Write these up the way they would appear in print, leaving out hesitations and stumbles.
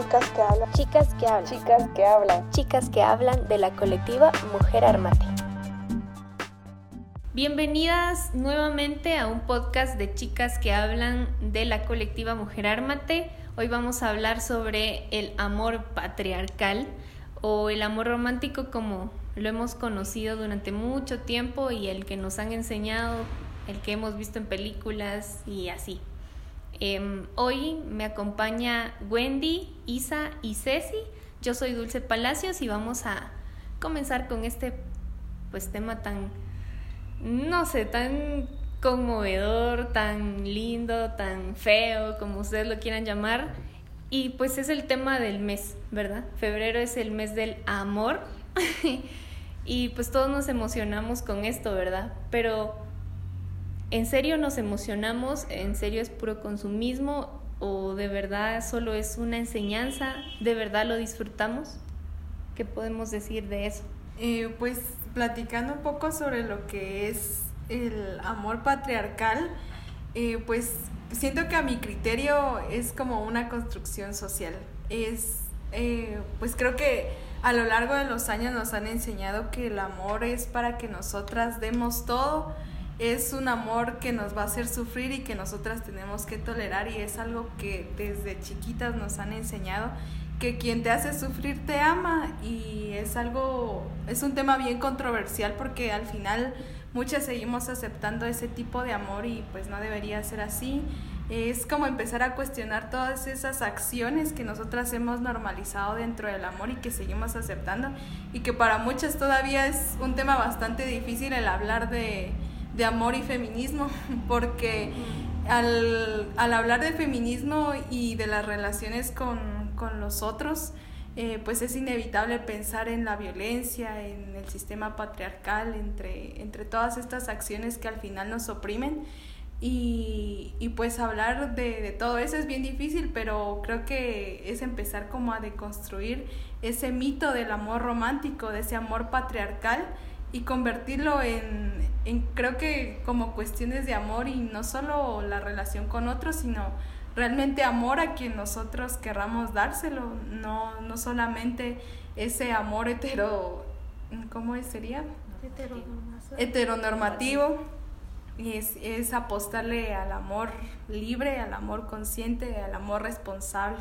Chicas que hablan. Chicas que hablan. Chicas que hablan. Chicas que hablan de la colectiva Mujer Ármate. Bienvenidas nuevamente a un podcast de Chicas que hablan de la colectiva Mujer Ármate. Hoy vamos a hablar sobre el amor patriarcal o el amor romántico como lo hemos conocido durante mucho tiempo y el que nos han enseñado, el que hemos visto en películas y así. Hoy me acompaña Wendy, Isa y Ceci. Yo soy Dulce Palacios y vamos a comenzar con este tema tan conmovedor, tan lindo, tan feo, como ustedes lo quieran llamar. Y pues es el tema del mes, ¿verdad? Febrero es el mes del amor y pues todos nos emocionamos con esto, ¿verdad? Pero ¿en serio nos emocionamos? ¿En serio es puro consumismo? ¿O de verdad solo es una enseñanza? ¿De verdad lo disfrutamos? ¿Qué podemos decir de eso? Pues platicando un poco sobre lo que es el amor patriarcal, pues siento que a mi criterio es como una construcción social. Pues creo que a lo largo de los años nos han enseñado que el amor es para que nosotras demos todo. Es un amor que nos va a hacer sufrir y que nosotras tenemos que tolerar, y es algo que desde chiquitas nos han enseñado, que quien te hace sufrir te ama, y es un tema bien controversial porque al final muchas seguimos aceptando ese tipo de amor y pues no debería ser así. Es como empezar a cuestionar todas esas acciones que nosotras hemos normalizado dentro del amor y que seguimos aceptando, y que para muchas todavía es un tema bastante difícil el hablar de amor y feminismo, porque al hablar de feminismo y de las relaciones con los otros, pues es inevitable pensar en la violencia, en el sistema patriarcal, entre todas estas acciones que al final nos oprimen, y pues hablar de todo eso es bien difícil, pero creo que es empezar como a deconstruir ese mito del amor romántico, de ese amor patriarcal, y convertirlo en creo que como cuestiones de amor, y no solo la relación con otros, sino realmente amor a quien nosotros querramos dárselo, no solamente ese amor heteronormativo, y es apostarle al amor libre, al amor consciente, al amor responsable.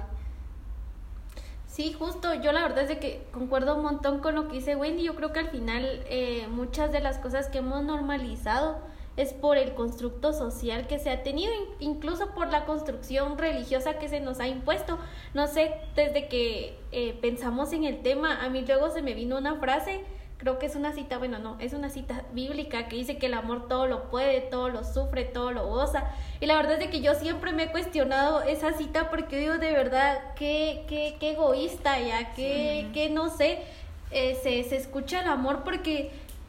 Sí, justo, yo la verdad es de que concuerdo un montón con lo que dice Wendy. Yo creo que al final muchas de las cosas que hemos normalizado es por el constructo social que se ha tenido, incluso por la construcción religiosa que se nos ha impuesto. No sé, desde que pensamos en el tema, a mí luego se me vino una frase, creo que es una cita, es una cita bíblica que dice que el amor todo lo puede, todo lo sufre, todo lo goza. Y la verdad es de que yo siempre me he cuestionado esa cita, porque digo, de verdad, qué egoísta ya, que no sé, se escucha el amor, porque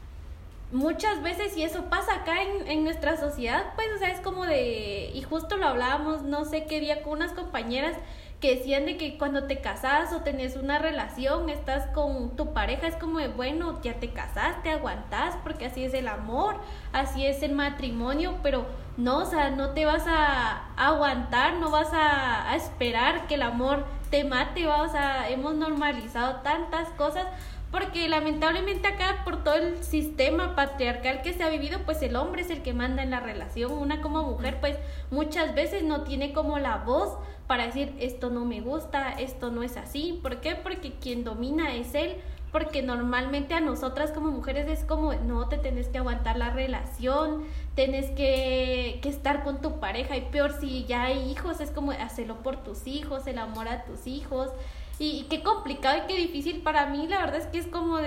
muchas veces, y eso pasa acá en nuestra sociedad, pues, o sea, es como y justo lo hablábamos, no sé qué día, con unas compañeras que decían de que cuando te casas o tenés una relación, estás con tu pareja, es como bueno, ya te casaste, aguantás, porque así es el amor, así es el matrimonio, pero no, o sea, no te vas a aguantar, no vas a esperar que el amor te mate, o sea, hemos normalizado tantas cosas, porque lamentablemente acá, por todo el sistema patriarcal que se ha vivido, pues el hombre es el que manda en la relación. Una como mujer, pues muchas veces no tiene como la voz para decir esto no me gusta, esto no es así. ¿Por qué? Porque quien domina es él, porque normalmente a nosotras como mujeres es como, no, te tenés que aguantar la relación, tenés que estar con tu pareja, y peor si ya hay hijos, es como hacerlo por tus hijos, el amor a tus hijos. Y qué complicado y qué difícil para mí, la verdad es que es como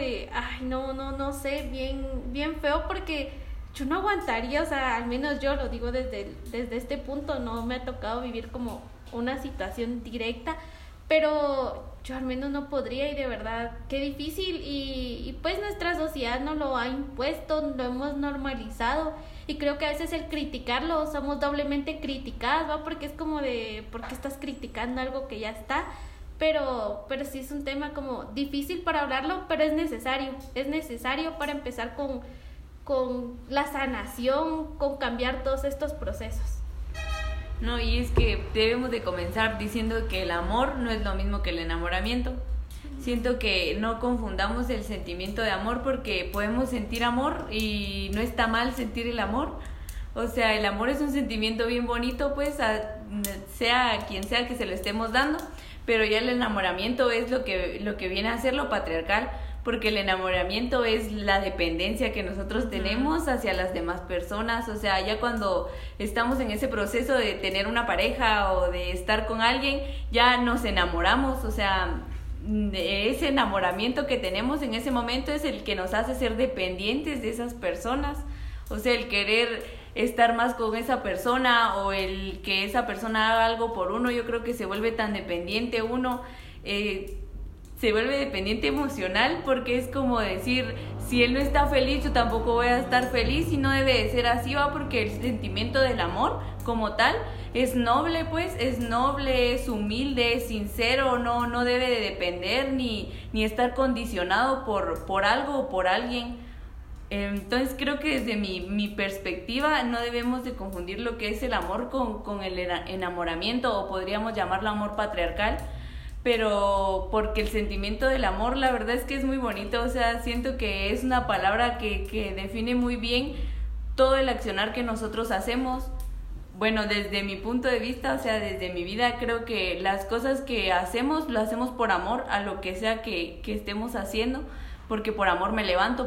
no sé, bien feo, porque yo no aguantaría, o sea, al menos yo lo digo desde este punto, no me ha tocado vivir como una situación directa, pero yo al menos no podría, y de verdad, qué difícil, y pues nuestra sociedad nos lo ha impuesto, lo hemos normalizado, y creo que a veces el criticarlo, somos doblemente criticadas, ¿va? Porque es como ¿por qué estás criticando algo que ya está? Pero sí es un tema como difícil para hablarlo, pero es necesario para empezar con la sanación, con cambiar todos estos procesos. No, y es que debemos de comenzar diciendo que el amor no es lo mismo que el enamoramiento. Siento que no confundamos el sentimiento de amor, porque podemos sentir amor y no está mal sentir el amor. O sea, el amor es un sentimiento bien bonito, pues, sea quien sea que se lo estemos dando, pero ya el enamoramiento es lo que viene a ser lo patriarcal, porque el enamoramiento es la dependencia que nosotros tenemos hacia las demás personas. O sea, ya cuando estamos en ese proceso de tener una pareja o de estar con alguien, ya nos enamoramos. O sea, ese enamoramiento que tenemos en ese momento es el que nos hace ser dependientes de esas personas. O sea, el querer estar más con esa persona o el que esa persona haga algo por uno, yo creo que se vuelve tan dependiente uno, se vuelve dependiente emocional, porque es como decir, si él no está feliz, yo tampoco voy a estar feliz, y no debe de ser así, ¿va? Porque el sentimiento del amor como tal es noble, pues, es noble, es humilde, es sincero, no debe de depender ni estar condicionado por algo o por alguien. Entonces creo que desde mi perspectiva no debemos de confundir lo que es el amor con el enamoramiento, o podríamos llamarlo amor patriarcal, pero porque el sentimiento del amor, la verdad es que es muy bonito. O sea, siento que es una palabra que define muy bien todo el accionar que nosotros hacemos. Bueno, desde mi punto de vista, o sea, desde mi vida, creo que las cosas que hacemos, lo hacemos por amor a lo que sea que estemos haciendo, porque por amor me levanto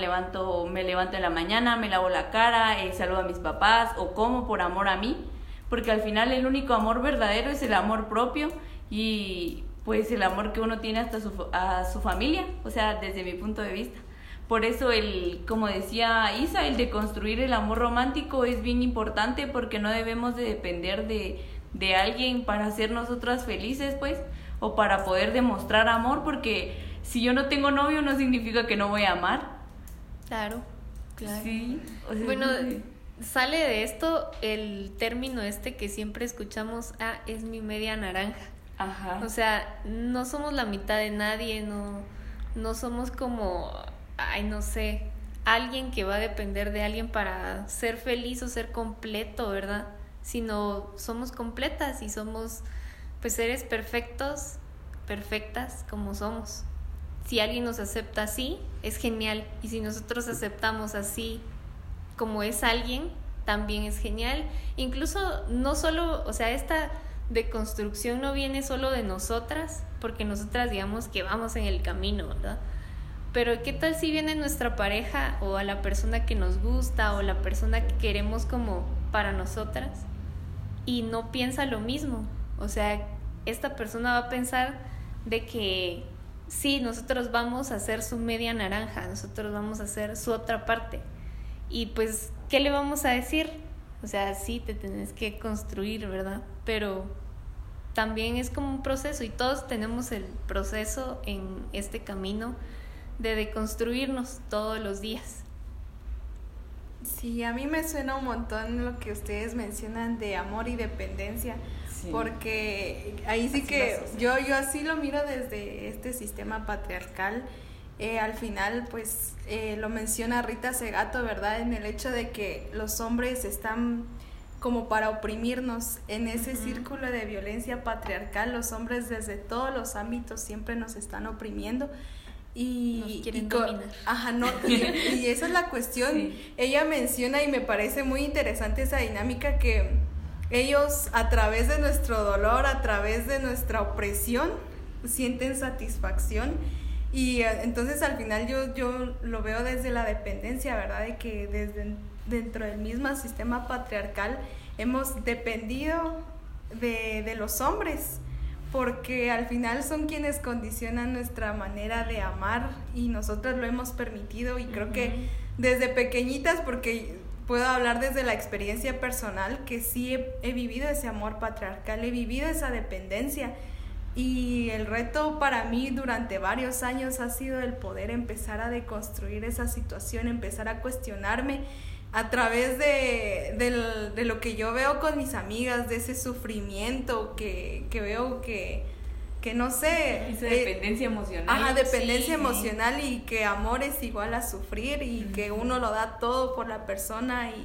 en la mañana, me lavo la cara, saludo a mis papás, o como por amor a mí, porque al final el único amor verdadero es el amor propio, y pues el amor que uno tiene hasta a su familia, o sea, desde mi punto de vista. Por eso como decía Isa, el de construir el amor romántico es bien importante, porque no debemos de depender de alguien para ser nosotras felices, pues, o para poder demostrar amor, porque si yo no tengo novio no significa que no voy a amar. Claro. Sí. O sea, bueno, sale de esto el término que siempre escuchamos, es mi media naranja. Ajá. O sea, no somos la mitad de nadie, no somos como, no sé, alguien que va a depender de alguien para ser feliz o ser completo, ¿verdad? Sino somos completas y somos, pues, seres perfectas como somos. Si alguien nos acepta así, es genial, y si nosotros aceptamos así como es alguien, también es genial. Incluso no solo, o sea, esta deconstrucción no viene solo de nosotras, porque nosotras digamos que vamos en el camino, ¿verdad? Pero ¿qué tal si viene nuestra pareja o a la persona que nos gusta o la persona que queremos como para nosotras y no piensa lo mismo? O sea, esta persona va a pensar de que sí, nosotros vamos a ser su media naranja, nosotros vamos a ser su otra parte, y pues, ¿qué le vamos a decir? O sea, sí, te tenés que construir, ¿verdad? Pero también es como un proceso, y todos tenemos el proceso en este camino de deconstruirnos todos los días. Sí, a mí me suena un montón lo que ustedes mencionan de amor y dependencia, sí. Porque ahí sí así que yo así lo miro desde este sistema patriarcal. Al final, pues, lo menciona Rita Segato, ¿verdad? En el hecho de que los hombres están como para oprimirnos en ese círculo de violencia patriarcal. Los hombres desde todos los ámbitos siempre nos están oprimiendo. Y nos quieren dominar. Ajá, no, y esa es la cuestión. Sí. Ella menciona, y me parece muy interesante esa dinámica, que ellos, a través de nuestro dolor, a través de nuestra opresión, sienten satisfacción. Y entonces al final yo lo veo desde la dependencia, ¿verdad? De que dentro del mismo sistema patriarcal hemos dependido de los hombres, porque al final son quienes condicionan nuestra manera de amar, y nosotros lo hemos permitido. Y creo que desde pequeñitas, porque puedo hablar desde la experiencia personal, que sí he vivido ese amor patriarcal, he vivido esa dependencia, y el reto para mí durante varios años ha sido el poder empezar a deconstruir esa situación, empezar a cuestionarme a través de lo que yo veo con mis amigas, de ese sufrimiento que veo que no sé, esa dependencia emocional. Ajá, dependencia emocional, y que amor es igual a sufrir, y que uno lo da todo por la persona,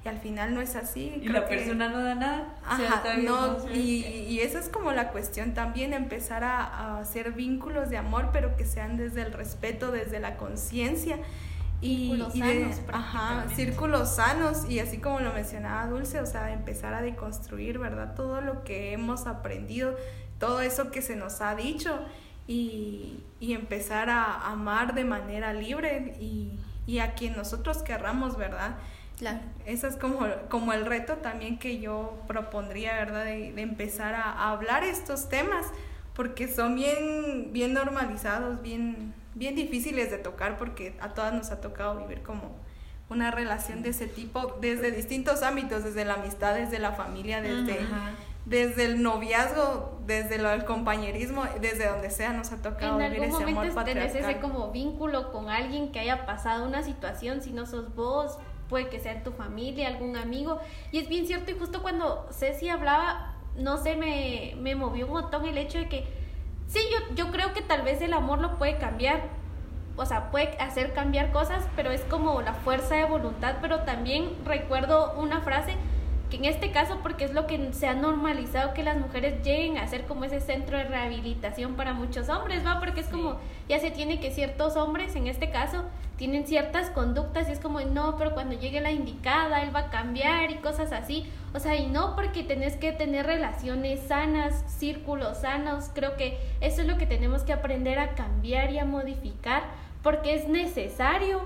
y al final no es así. Y la persona no da nada. Ajá, y esa es como la cuestión también, empezar a hacer vínculos de amor, pero que sean desde el respeto, desde la conciencia. Círculos sanos, círculos sanos, y así como lo mencionaba Dulce, o sea, empezar a deconstruir, ¿verdad? Todo lo que hemos aprendido, todo eso que se nos ha dicho, y empezar a amar de manera libre y a quien nosotros querramos, ¿verdad? Claro. Eso es como el reto también que yo propondría, ¿verdad? De empezar a hablar estos temas, porque son bien normalizados, bien difíciles de tocar, porque a todas nos ha tocado vivir como una relación de ese tipo desde distintos ámbitos, desde la amistad, desde la familia, desde el noviazgo, desde el compañerismo, desde donde sea nos ha tocado vivir ese amor patriarcal. En algún momento tenés ese como vínculo con alguien que haya pasado una situación, si no sos vos, puede que sea tu familia, algún amigo, y es bien cierto. Y justo cuando Ceci hablaba, no sé, me movió un montón el hecho de que sí, yo creo que tal vez el amor lo puede cambiar, o sea, puede hacer cambiar cosas, pero es como la fuerza de voluntad. Pero también recuerdo una frase que en este caso, porque es lo que se ha normalizado, que las mujeres lleguen a ser como ese centro de rehabilitación para muchos hombres, ¿va? Porque es como, ya se tiene que ciertos hombres, en este caso, tienen ciertas conductas y es como, no, pero cuando llegue la indicada, él va a cambiar y cosas así. O sea, y no, porque tenés que tener relaciones sanas, círculos sanos. Creo que eso es lo que tenemos que aprender a cambiar y a modificar, porque es necesario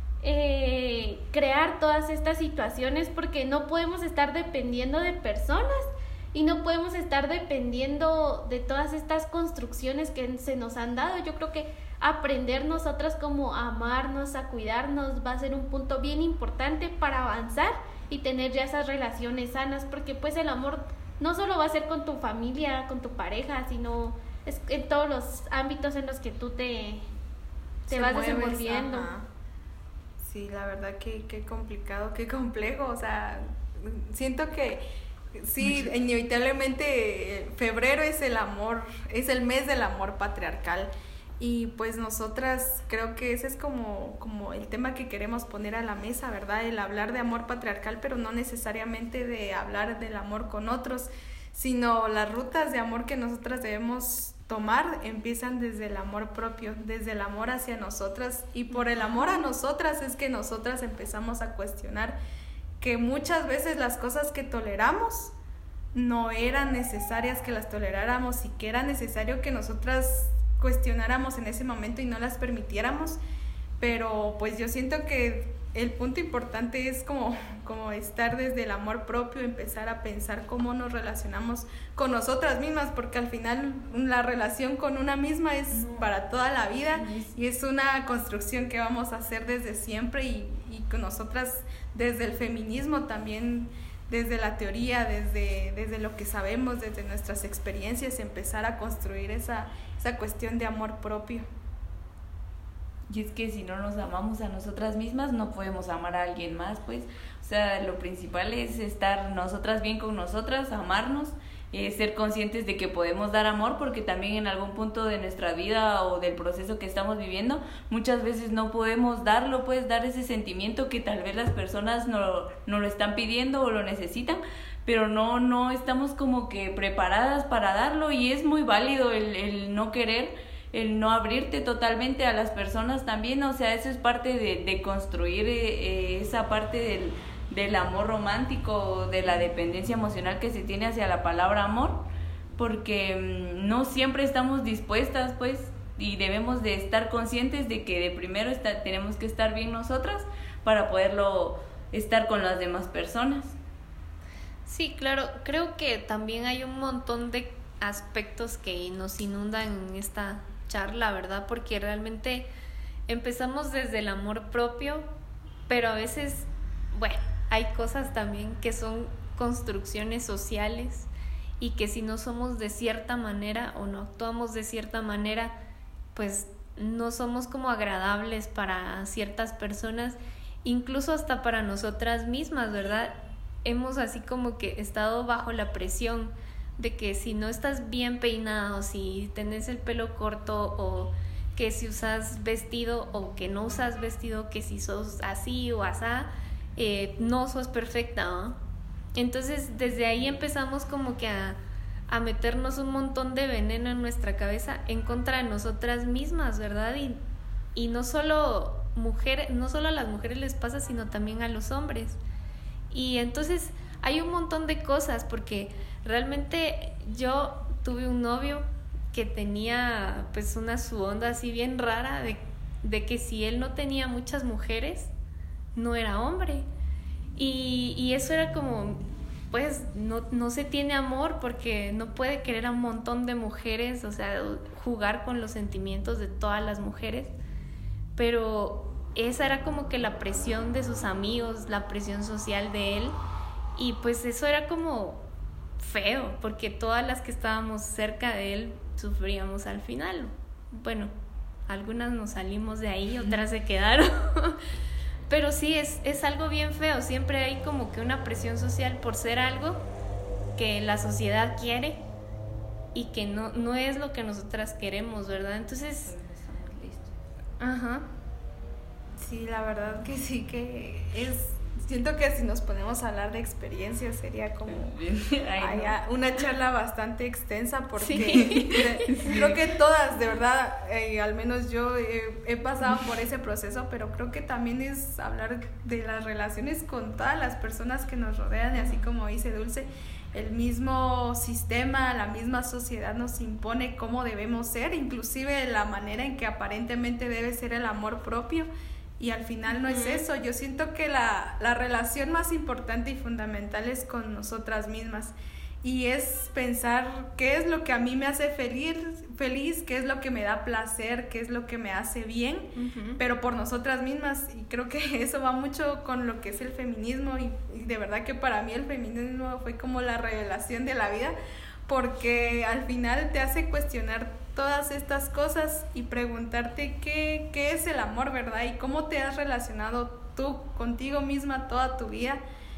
crear todas estas situaciones, porque no podemos estar dependiendo de personas y no podemos estar dependiendo de todas estas construcciones que se nos han dado. Yo creo que aprender nosotras como a amarnos, a cuidarnos, va a ser un punto bien importante para avanzar y tener ya esas relaciones sanas, porque pues el amor no solo va a ser con tu familia, con tu pareja, sino es en todos los ámbitos en los que tú te vas desenvolviendo. Ajá. Sí, la verdad que complicado, qué complejo. O sea, siento que sí, inevitablemente febrero es es el mes del amor patriarcal. Y pues nosotras creo que ese es como el tema que queremos poner a la mesa, ¿verdad? El hablar de amor patriarcal, pero no necesariamente de hablar del amor con otros, sino las rutas de amor que nosotras debemos tomar empiezan desde el amor propio, desde el amor hacia nosotras, y por el amor a nosotras es que nosotras empezamos a cuestionar que muchas veces las cosas que toleramos no eran necesarias que las toleráramos, y que era necesario que nosotras cuestionáramos en ese momento y no las permitiéramos. Pero pues yo siento que el punto importante es como estar desde el amor propio, empezar a pensar cómo nos relacionamos con nosotras mismas, porque al final la relación con una misma es para toda la vida, y es una construcción que vamos a hacer desde siempre, y con nosotras desde el feminismo también, desde la teoría, desde lo que sabemos, desde nuestras experiencias, empezar a construir esa cuestión de amor propio. Y es que si no nos amamos a nosotras mismas, no podemos amar a alguien más, pues. O sea, lo principal es estar nosotras bien con nosotras, amarnos, ser conscientes de que podemos dar amor, porque también en algún punto de nuestra vida o del proceso que estamos viviendo, muchas veces no podemos darlo, pues, dar ese sentimiento que tal vez las personas no lo están pidiendo o lo necesitan, pero no estamos como que preparadas para darlo, y es muy válido el no querer, el no abrirte totalmente a las personas también. O sea, eso es parte de construir esa parte del amor romántico, de la dependencia emocional que se tiene hacia la palabra amor, porque no siempre estamos dispuestas, pues, y debemos de estar conscientes de que de primero tenemos que estar bien nosotras para poderlo estar con las demás personas. Sí, claro, creo que también hay un montón de aspectos que nos inundan en esta charla, ¿verdad? Porque realmente empezamos desde el amor propio, pero a veces, bueno, hay cosas también que son construcciones sociales, y que si no somos de cierta manera o no actuamos de cierta manera, pues no somos como agradables para ciertas personas, incluso hasta para nosotras mismas, ¿verdad? Hemos así como que estado bajo la presión de que si no estás bien peinado, si tenés el pelo corto, o que si usas vestido o que no usas vestido, que si sos así o asá, no sos perfecta, ¿no? Entonces desde ahí empezamos como que a meternos un montón de veneno en nuestra cabeza en contra de nosotras mismas, ¿verdad? Y no solo a las mujeres les pasa, sino también a los hombres. Y entonces hay un montón de cosas, porque realmente yo tuve un novio que tenía pues su onda así bien rara de que si él no tenía muchas mujeres, no era hombre. Y eso era como, pues no se tiene amor porque no puede querer a un montón de mujeres, o sea, jugar con los sentimientos de todas las mujeres. Pero esa era como que la presión de sus amigos, la presión social de él, y pues eso era como feo, porque todas las que estábamos cerca de él sufríamos al final. Bueno, algunas nos salimos de ahí, otras se quedaron. Pero sí, es algo bien feo. Siempre hay como que una presión social por ser algo que la sociedad quiere y que no es lo que nosotras queremos, ¿verdad? Entonces... Ajá. Sí, la verdad que sí, que siento que si nos ponemos a hablar de experiencias sería como una charla bastante extensa, porque sí. Creo que todas, de verdad, al menos yo he pasado por ese proceso, pero creo que también es hablar de las relaciones con todas las personas que nos rodean, y así como dice Dulce, el mismo sistema, la misma sociedad nos impone cómo debemos ser, inclusive la manera en que aparentemente debe ser el amor propio. Y al final no es eso. Yo siento que la relación más importante y fundamental es con nosotras mismas, y es pensar qué es lo que a mí me hace feliz, qué es lo que me da placer, qué es lo que me hace bien, pero por nosotras mismas. Y creo que eso va mucho con lo que es el feminismo, y de verdad que para mí el feminismo fue como la revelación de la vida, porque al final te hace cuestionar todas estas cosas y preguntarte qué es el amor, ¿verdad? Y cómo te has relacionado tú contigo misma toda tu vida,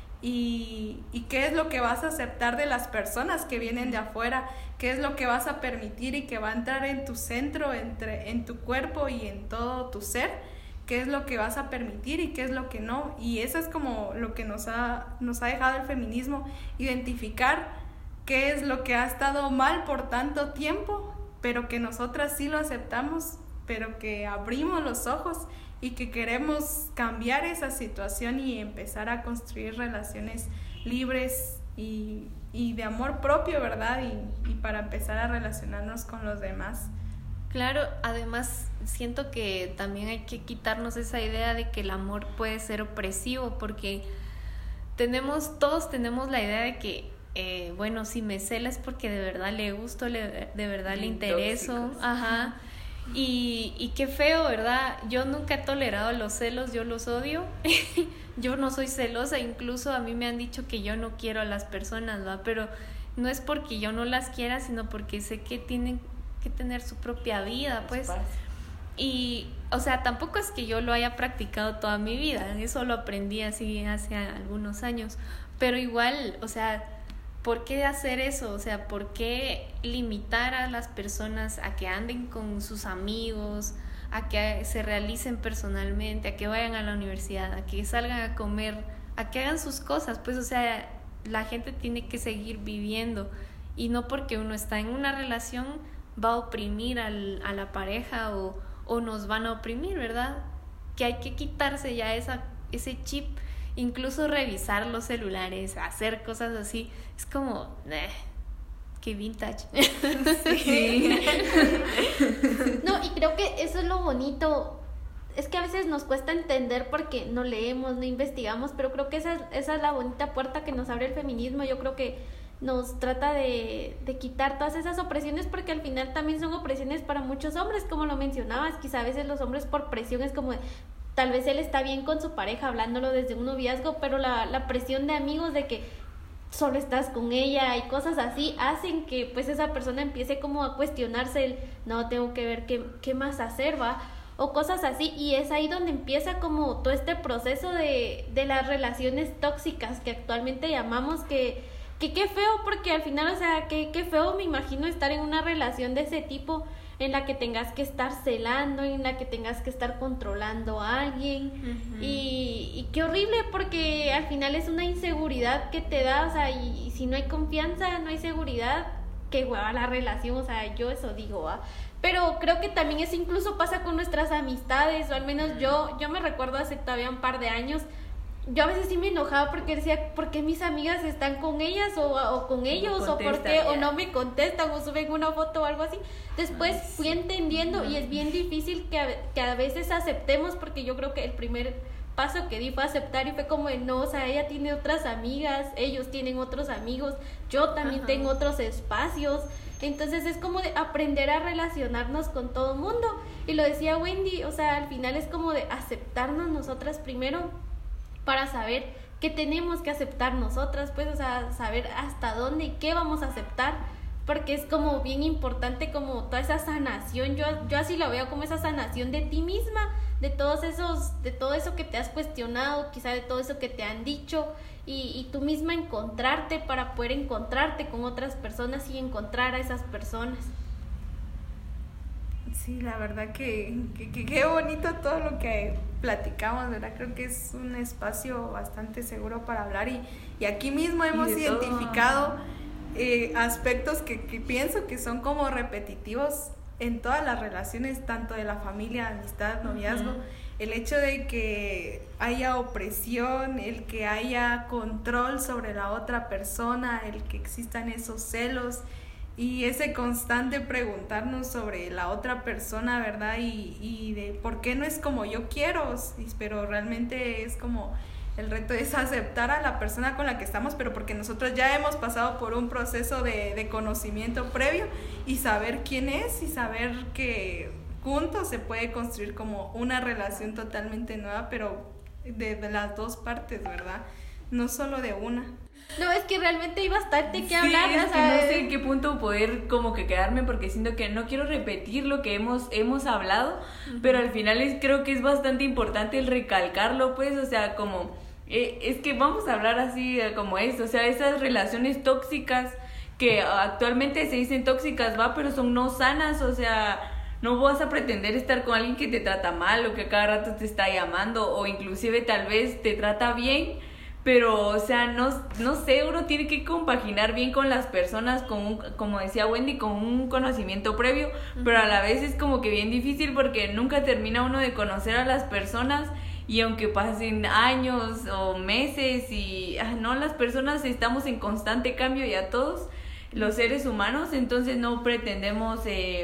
y qué es lo que vas a aceptar de las personas que vienen de afuera, qué es lo que vas a permitir y que va a entrar en tu centro, en tu cuerpo y en todo tu ser, qué es lo que vas a permitir y qué es lo que no. Y eso es como lo que nos ha dejado el feminismo, identificar qué es lo que ha estado mal por tanto tiempo, pero que nosotras sí lo aceptamos, pero que abrimos los ojos y que queremos cambiar esa situación y empezar a construir relaciones libres y de amor propio, ¿verdad? Y para empezar a relacionarnos con los demás. Claro, además siento que también hay que quitarnos esa idea de que el amor puede ser opresivo, porque todos tenemos la idea de que bueno, si me cela es porque de verdad le gusto, de verdad le intereso. Ajá. Y qué feo, ¿verdad? Yo nunca he tolerado los celos, yo los odio. Yo no soy celosa, incluso a mí me han dicho que yo no quiero a las personas, ¿verdad? Pero no es porque yo no las quiera, sino porque sé que tienen que tener su propia vida, pues. Y, o sea, tampoco es que yo lo haya practicado toda mi vida, eso lo aprendí así hace algunos años. Pero igual, o sea, ¿por qué hacer eso? O sea, ¿por qué limitar a las personas a que anden con sus amigos, a que se realicen personalmente, a que vayan a la universidad, a que salgan a comer, a que hagan sus cosas? Pues, o sea, la gente tiene que seguir viviendo, y no porque uno está en una relación va a oprimir a la pareja o nos van a oprimir, ¿verdad? Que hay que quitarse ya ese chip. Incluso revisar los celulares, hacer cosas así, es como, qué vintage. Sí. No, y creo que eso es lo bonito. Es que a veces nos cuesta entender porque no leemos, no investigamos, pero creo que esa es la bonita puerta que nos abre el feminismo. Yo creo que nos trata de quitar todas esas opresiones, porque al final también son opresiones para muchos hombres, como lo mencionabas. Quizá a veces los hombres por presión es como... Tal vez él está bien con su pareja hablándolo desde un noviazgo, pero la presión de amigos de que solo estás con ella y cosas así hacen que pues esa persona empiece como a cuestionarse no, tengo que ver qué más hacer, va, o cosas así. Y es ahí donde empieza como todo este proceso de las relaciones tóxicas que actualmente llamamos, que qué feo, porque al final, o sea, qué feo me imagino estar en una relación de ese tipo, en la que tengas que estar celando, en la que tengas que estar controlando a alguien. Y qué horrible, porque al final es una inseguridad que te da, o sea, y si no hay confianza, no hay seguridad, qué hueva la relación, o sea, yo eso digo, ¿va? Pero creo que también eso incluso pasa con nuestras amistades, o al menos yo me recuerdo hace todavía un par de años, yo a veces sí me enojaba porque decía, ¿por qué mis amigas están con ellas o con ellos? O por qué, o no me contestan o suben una foto o algo así. Después fui entendiendo y es bien difícil que a veces aceptemos, porque yo creo que el primer paso que di fue aceptar y fue como de no, o sea, ella tiene otras amigas, ellos tienen otros amigos, yo también tengo otros espacios. Entonces es como de aprender a relacionarnos con todo el mundo. Y lo decía Wendy, o sea, al final es como de aceptarnos nosotras primero, para saber qué tenemos que aceptar nosotras, pues, o sea, saber hasta dónde y qué vamos a aceptar, porque es como bien importante como toda esa sanación, yo así lo veo, como esa sanación de ti misma, de todo eso que te has cuestionado, quizá de todo eso que te han dicho, y tú misma encontrarte para poder encontrarte con otras personas y encontrar a esas personas. Sí, la verdad que qué bonito todo lo que platicamos, ¿verdad? Creo que es un espacio bastante seguro para hablar y aquí mismo hemos identificado aspectos que pienso que son como repetitivos en todas las relaciones, tanto de la familia, amistad, noviazgo. El hecho de que haya opresión, el que haya control sobre la otra persona, el que existan esos celos y ese constante preguntarnos sobre la otra persona, ¿verdad? Y de por qué no es como yo quiero, pero realmente es como el reto es aceptar a la persona con la que estamos, pero porque nosotros ya hemos pasado por un proceso de conocimiento previo y saber quién es y saber que juntos se puede construir como una relación totalmente nueva, pero de las dos partes, ¿verdad? No solo de una. No, es que realmente hay bastante que hablar. Es que no sé en qué punto poder como que quedarme, porque siento que no quiero repetir lo que hemos hablado, pero al final creo que es bastante importante el recalcarlo, pues, o sea, como es que vamos a hablar así como esto, o sea, esas relaciones tóxicas que actualmente se dicen tóxicas, va, pero son no sanas, o sea, no vas a pretender estar con alguien que te trata mal o que cada rato te está llamando o inclusive tal vez te trata bien, pero, o sea, no sé, uno tiene que compaginar bien con las personas, como decía Wendy, con un conocimiento previo, pero a la vez es como que bien difícil porque nunca termina uno de conocer a las personas y aunque pasen años o meses y, las personas estamos en constante cambio ya todos los seres humanos, entonces no pretendamos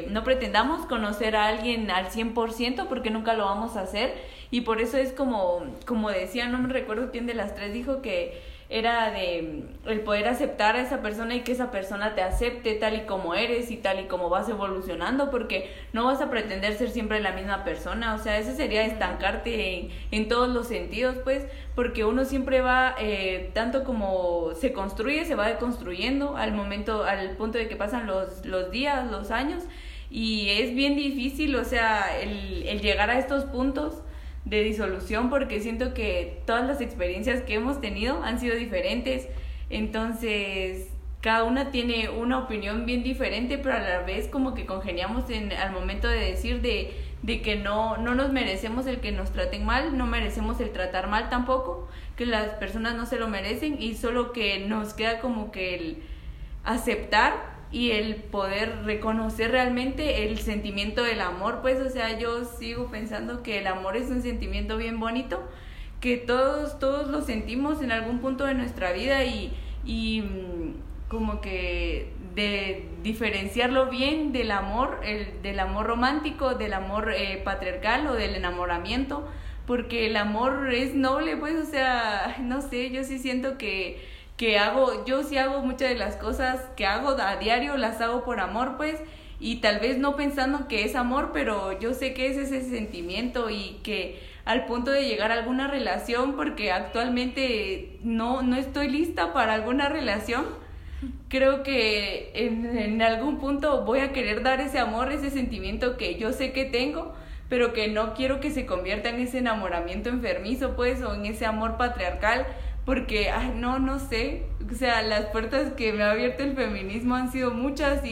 conocer a alguien al 100% porque nunca lo vamos a hacer y por eso es como decía, no me recuerdo quién de las tres dijo que era de el poder aceptar a esa persona y que esa persona te acepte tal y como eres y tal y como vas evolucionando, porque no vas a pretender ser siempre la misma persona, o sea, eso sería estancarte en todos los sentidos, pues, porque uno siempre va, tanto como se construye, se va deconstruyendo al punto de que pasan los días, los años, y es bien difícil, o sea, el llegar a estos puntos de disolución, porque siento que todas las experiencias que hemos tenido han sido diferentes, entonces cada una tiene una opinión bien diferente, pero a la vez como que congeniamos al momento de decir de que no nos merecemos el que nos traten mal, no merecemos el tratar mal tampoco, que las personas no se lo merecen y solo que nos queda como que el aceptar y el poder reconocer realmente el sentimiento del amor, pues, o sea, yo sigo pensando que el amor es un sentimiento bien bonito, que todos lo sentimos en algún punto de nuestra vida y como que de diferenciarlo bien del amor romántico, del amor patriarcal o del enamoramiento, porque el amor es noble, pues, o sea, no sé, yo sí siento que yo sí hago muchas de las cosas que hago a diario, las hago por amor, pues, y tal vez no pensando que es amor, pero yo sé que es ese sentimiento y que al punto de llegar a alguna relación, porque actualmente no estoy lista para alguna relación, creo que en algún punto voy a querer dar ese amor, ese sentimiento que yo sé que tengo, pero que no quiero que se convierta en ese enamoramiento enfermizo, pues, o en ese amor patriarcal, porque, no sé, o sea, las puertas que me ha abierto el feminismo han sido muchas y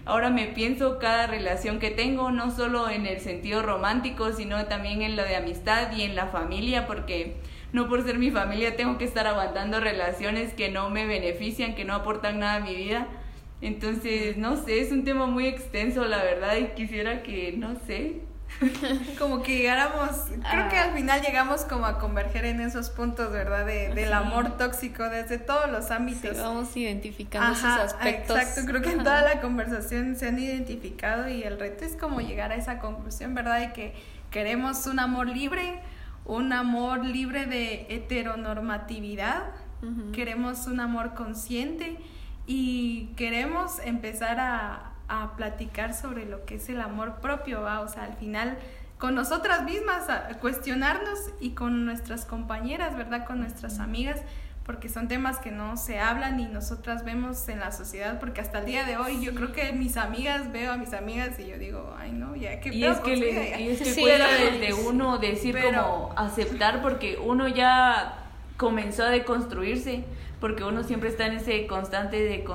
ahora me pienso cada relación que tengo, no solo en el sentido romántico, sino también en lo de amistad y en la familia, porque no por ser mi familia tengo que estar aguantando relaciones que no me benefician, que no aportan nada a mi vida. Entonces, no sé, es un tema muy extenso, la verdad, y quisiera que, no sé... Como que llegáramos, creo que al final llegamos como a converger en esos puntos, ¿verdad? Del amor tóxico desde todos los ámbitos. Sí, vamos identificando esos aspectos. Exacto, creo que en toda la conversación se han identificado y el reto es como llegar a esa conclusión, ¿verdad? De que queremos un amor libre de heteronormatividad, queremos un amor consciente y queremos empezar a platicar sobre lo que es el amor propio, ¿va? O sea, al final con nosotras mismas a cuestionarnos y con nuestras compañeras, ¿verdad? Con nuestras amigas, porque son temas que no se hablan y nosotras vemos en la sociedad, porque hasta el día de hoy yo creo que veo a mis amigas y yo digo, ay no, ya qué y es que cuesta desde uno decir como aceptar, porque uno ya comenzó a deconstruirse, porque uno siempre está en ese constante de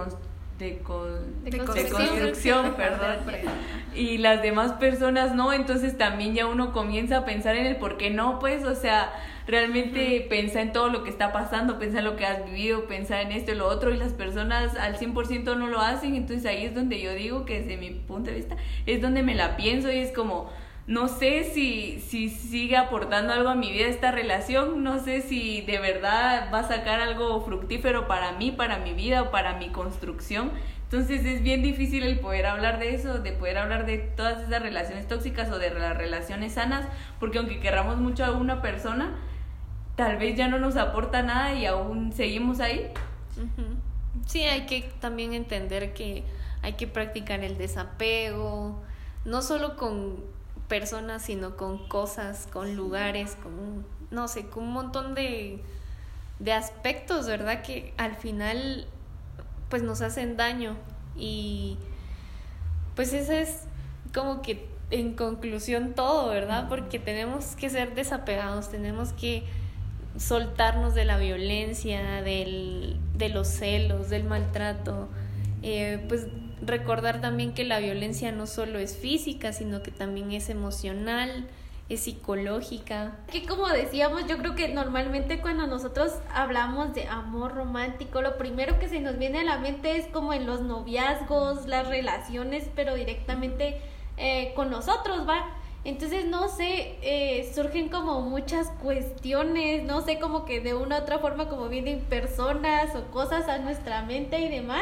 construcción, perdón, y las demás personas no, entonces también ya uno comienza a pensar en el por qué no, pues, o sea, realmente pensar en todo lo que está pasando, pensar en lo que has vivido, pensar en esto y lo otro, y las personas al 100% no lo hacen, entonces ahí es donde yo digo que desde mi punto de vista es donde me la pienso y es como, no sé si sigue aportando algo a mi vida esta relación, no sé si de verdad va a sacar algo fructífero para mí, para mi vida o para mi construcción. Entonces es bien difícil el poder hablar de eso, de poder hablar de todas esas relaciones tóxicas o de las relaciones sanas, porque aunque querramos mucho a una persona, tal vez ya no nos aporta nada y aún seguimos ahí. Sí, hay que también entender que hay que practicar el desapego, no solo con personas, sino con cosas, con lugares, con, no sé, con un montón de aspectos, ¿verdad? Que al final pues nos hacen daño y pues eso es como que en conclusión todo, ¿verdad? Porque tenemos que ser desapegados, tenemos que soltarnos de la violencia, de los celos, del maltrato, pues recordar también que la violencia no solo es física, sino que también es emocional, es psicológica. Que como decíamos, yo creo que normalmente cuando nosotros hablamos de amor romántico, lo primero que se nos viene a la mente es como en los noviazgos, las relaciones, pero directamente con nosotros, ¿va? Entonces, no sé, surgen como muchas cuestiones, no sé, como que de una u otra forma como vienen personas o cosas a nuestra mente y demás.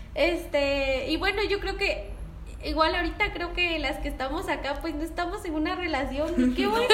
Y bueno, yo creo que igual ahorita creo que las que estamos acá pues no estamos en una relación y qué bueno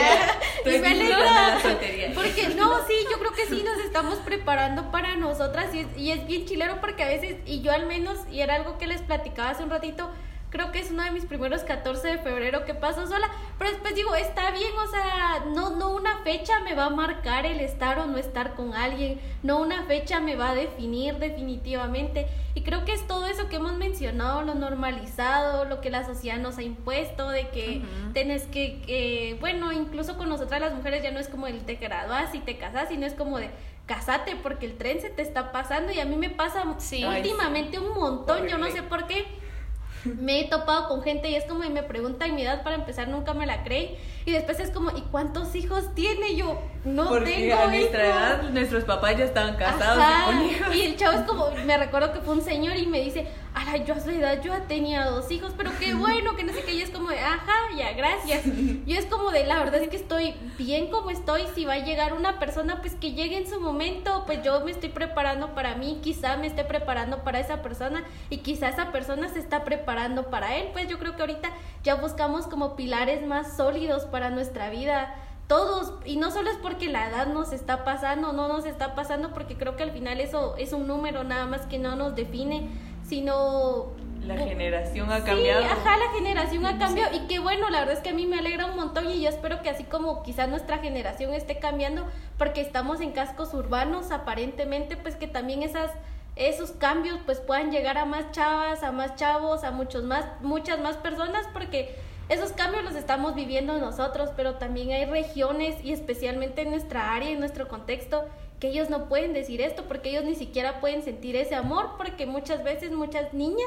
ya y me alegra porque no, sí, yo creo que sí nos estamos preparando para nosotras y es bien chilero porque a veces, y yo al menos, y era algo que les platicaba hace un ratito, creo que es uno de mis primeros 14 de febrero que paso sola, pero después digo, está bien, o sea, no una fecha me va a marcar el estar o no estar con alguien, no una fecha me va a definir definitivamente, y creo que es todo eso que hemos mencionado, lo normalizado, lo que la sociedad nos ha impuesto, de que tenés que, bueno, incluso con nosotras las mujeres ya no es como el te graduás y te casás, sino es como de casate porque el tren se te está pasando, y a mí me pasa últimamente un montón, yo no sé por qué. Me he topado con gente y es como, y me preguntan mi edad, para empezar nunca me la creí, y después es como, ¿y cuántos hijos tiene? Yo no porque tengo a nuestra edad nuestros papás ya estaban casados y con hijos. Y el chavo es como, me recuerdo que fue un señor y me dice, ala, yo a su edad yo ya tenía 2 hijos, pero qué bueno, que no sé qué, y es como de, ajá, ya, gracias. Yo es como de, la verdad es que estoy bien como estoy, si va a llegar una persona, pues que llegue en su momento, pues yo me estoy preparando para mí, quizá me esté preparando para esa persona, y quizá esa persona se está preparando para él, pues yo creo que ahorita ya buscamos como pilares más sólidos para nuestra vida, todos, y no solo es porque la edad nos está pasando, no nos está pasando, porque creo que al final eso es un número nada más que no nos define, sino la generación ha cambiado. Sí, ajá, la generación ha cambiado, y qué bueno, la verdad es que a mí me alegra un montón, y yo espero que así como quizás nuestra generación esté cambiando, porque estamos en cascos urbanos aparentemente, pues que también esos cambios pues puedan llegar a más chavas, a más chavos, a muchas más personas, porque esos cambios los estamos viviendo nosotros, pero también hay regiones, y especialmente en nuestra área, en nuestro contexto, que ellos no pueden decir esto, porque ellos ni siquiera pueden sentir ese amor, porque muchas veces muchas niñas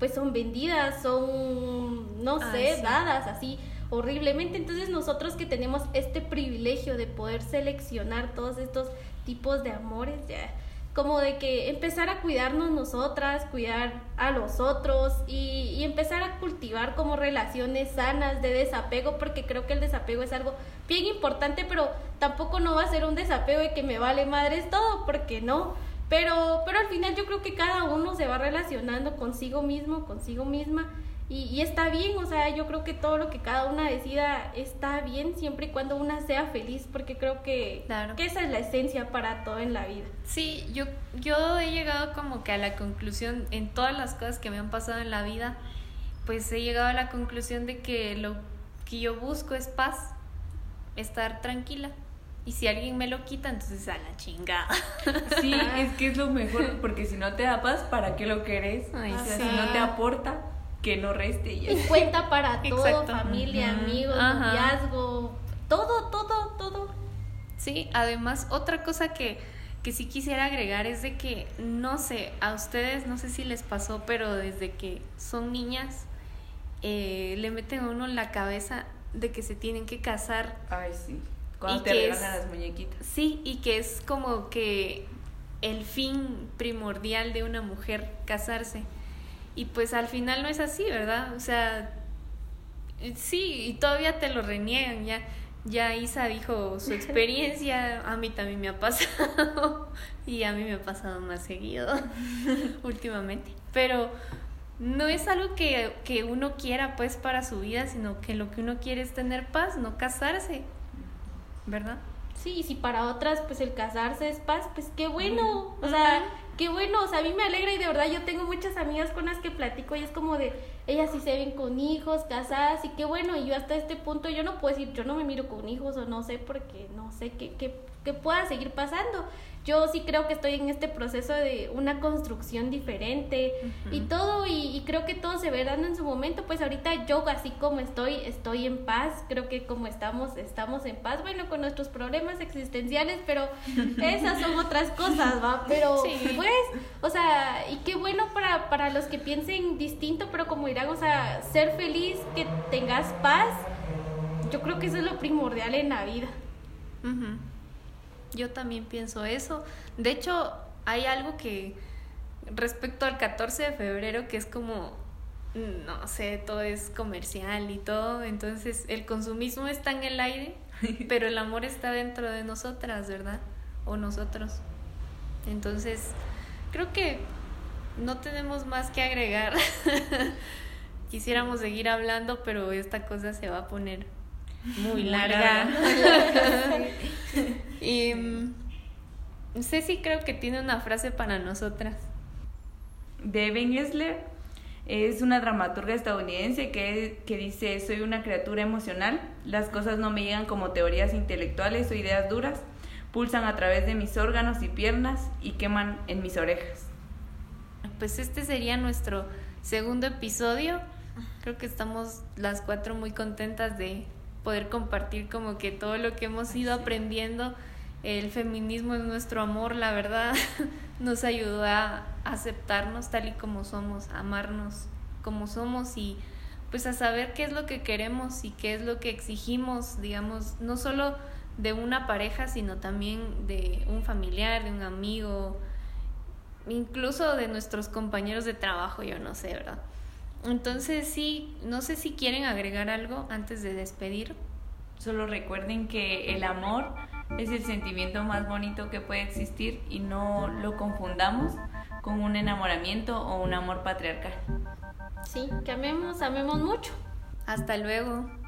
pues son vendidas, son, no sé, sí. dadas así horriblemente. Entonces nosotros que tenemos este privilegio de poder seleccionar todos estos tipos de amores, ya como de que empezar a cuidarnos nosotras, cuidar a los otros y empezar a cultivar como relaciones sanas de desapego, porque creo que el desapego es algo bien importante, pero tampoco no va a ser un desapego de que me vale madres todo, porque no, pero al final yo creo que cada uno se va relacionando consigo mismo, consigo misma, y está bien, o sea, yo creo que todo lo que cada una decida está bien siempre y cuando una sea feliz, porque creo que, Claro. que esa es la esencia para todo en la vida. Sí, yo he llegado como que a la conclusión, en todas las cosas que me han pasado en la vida, pues he llegado a la conclusión de que lo que yo busco es paz, estar tranquila. Y si alguien me lo quita, entonces a la chingada. Sí, es que es lo mejor, porque si no te da paz, ¿para qué lo querés? Ay, O sea, sí. si no te aporta, que no reste. Y Y cuenta para todo, Exacto. familia, Ujú. amigos, Ajá. noviazgo, todo. Sí, además otra cosa que sí quisiera agregar es de que, no sé, a ustedes no sé si les pasó, pero desde que son niñas le meten a uno en la cabeza de que se tienen que casar. Ay, sí. Cuando Y te que regalan es- las muñequitas. Sí, y que es como que el fin primordial de una mujer casarse. Y pues al final no es así, ¿verdad? O sea, sí, y todavía te lo reniegan. Ya Isa dijo su experiencia, a mí también me ha pasado y a mí me ha pasado más seguido últimamente. Pero no es algo que uno quiera pues para su vida, sino que lo que uno quiere es tener paz, no casarse, ¿verdad? Sí, y si para otras pues el casarse es paz, pues qué bueno, o sea, qué bueno, o sea, a mí me alegra y de verdad yo tengo muchas amigas con las que platico y es como de, ellas sí se ven con hijos, casadas y qué bueno, y yo hasta este punto yo no puedo decir, yo no me miro con hijos o no sé, porque no sé qué pueda seguir pasando. Yo sí creo que estoy en este proceso de una construcción diferente y todo, y creo que todo se ve dando en su momento. Pues ahorita yo así como estoy en paz, creo que como estamos en paz, bueno, con nuestros problemas existenciales, pero esas son otras cosas, ¿va? Pero Sí. pues, o sea, y qué bueno para los que piensen distinto, pero como dirán, o sea, ser feliz, que tengas paz, yo creo que eso es lo primordial en la vida. Ujú. Yo también pienso eso. De hecho, hay algo que respecto al 14 de febrero que es como, no sé, todo es comercial y todo, entonces el consumismo está en el aire, pero el amor está dentro de nosotras, ¿verdad? O nosotros. Entonces, creo que no tenemos más que agregar. Quisiéramos seguir hablando, pero esta cosa se va a poner muy larga. Y Ceci creo que tiene una frase para nosotras. Devin Esler es una dramaturga estadounidense que dice: soy una criatura emocional, las cosas no me llegan como teorías intelectuales o ideas duras, pulsan a través de mis órganos y piernas y queman en mis orejas. Pues este sería nuestro segundo episodio. Creo que estamos las cuatro muy contentas de poder compartir como que todo lo que hemos ido aprendiendo. El feminismo es nuestro amor, la verdad. Nos ayudó a aceptarnos tal y como somos, a amarnos como somos y pues a saber qué es lo que queremos y qué es lo que exigimos, digamos, no solo de una pareja, sino también de un familiar, de un amigo, incluso de nuestros compañeros de trabajo, yo no sé, ¿verdad? Entonces sí, no sé si quieren agregar algo antes de despedir. Solo recuerden que el amor es el sentimiento más bonito que puede existir y no lo confundamos con un enamoramiento o un amor patriarcal. Sí, que amemos mucho. Hasta luego.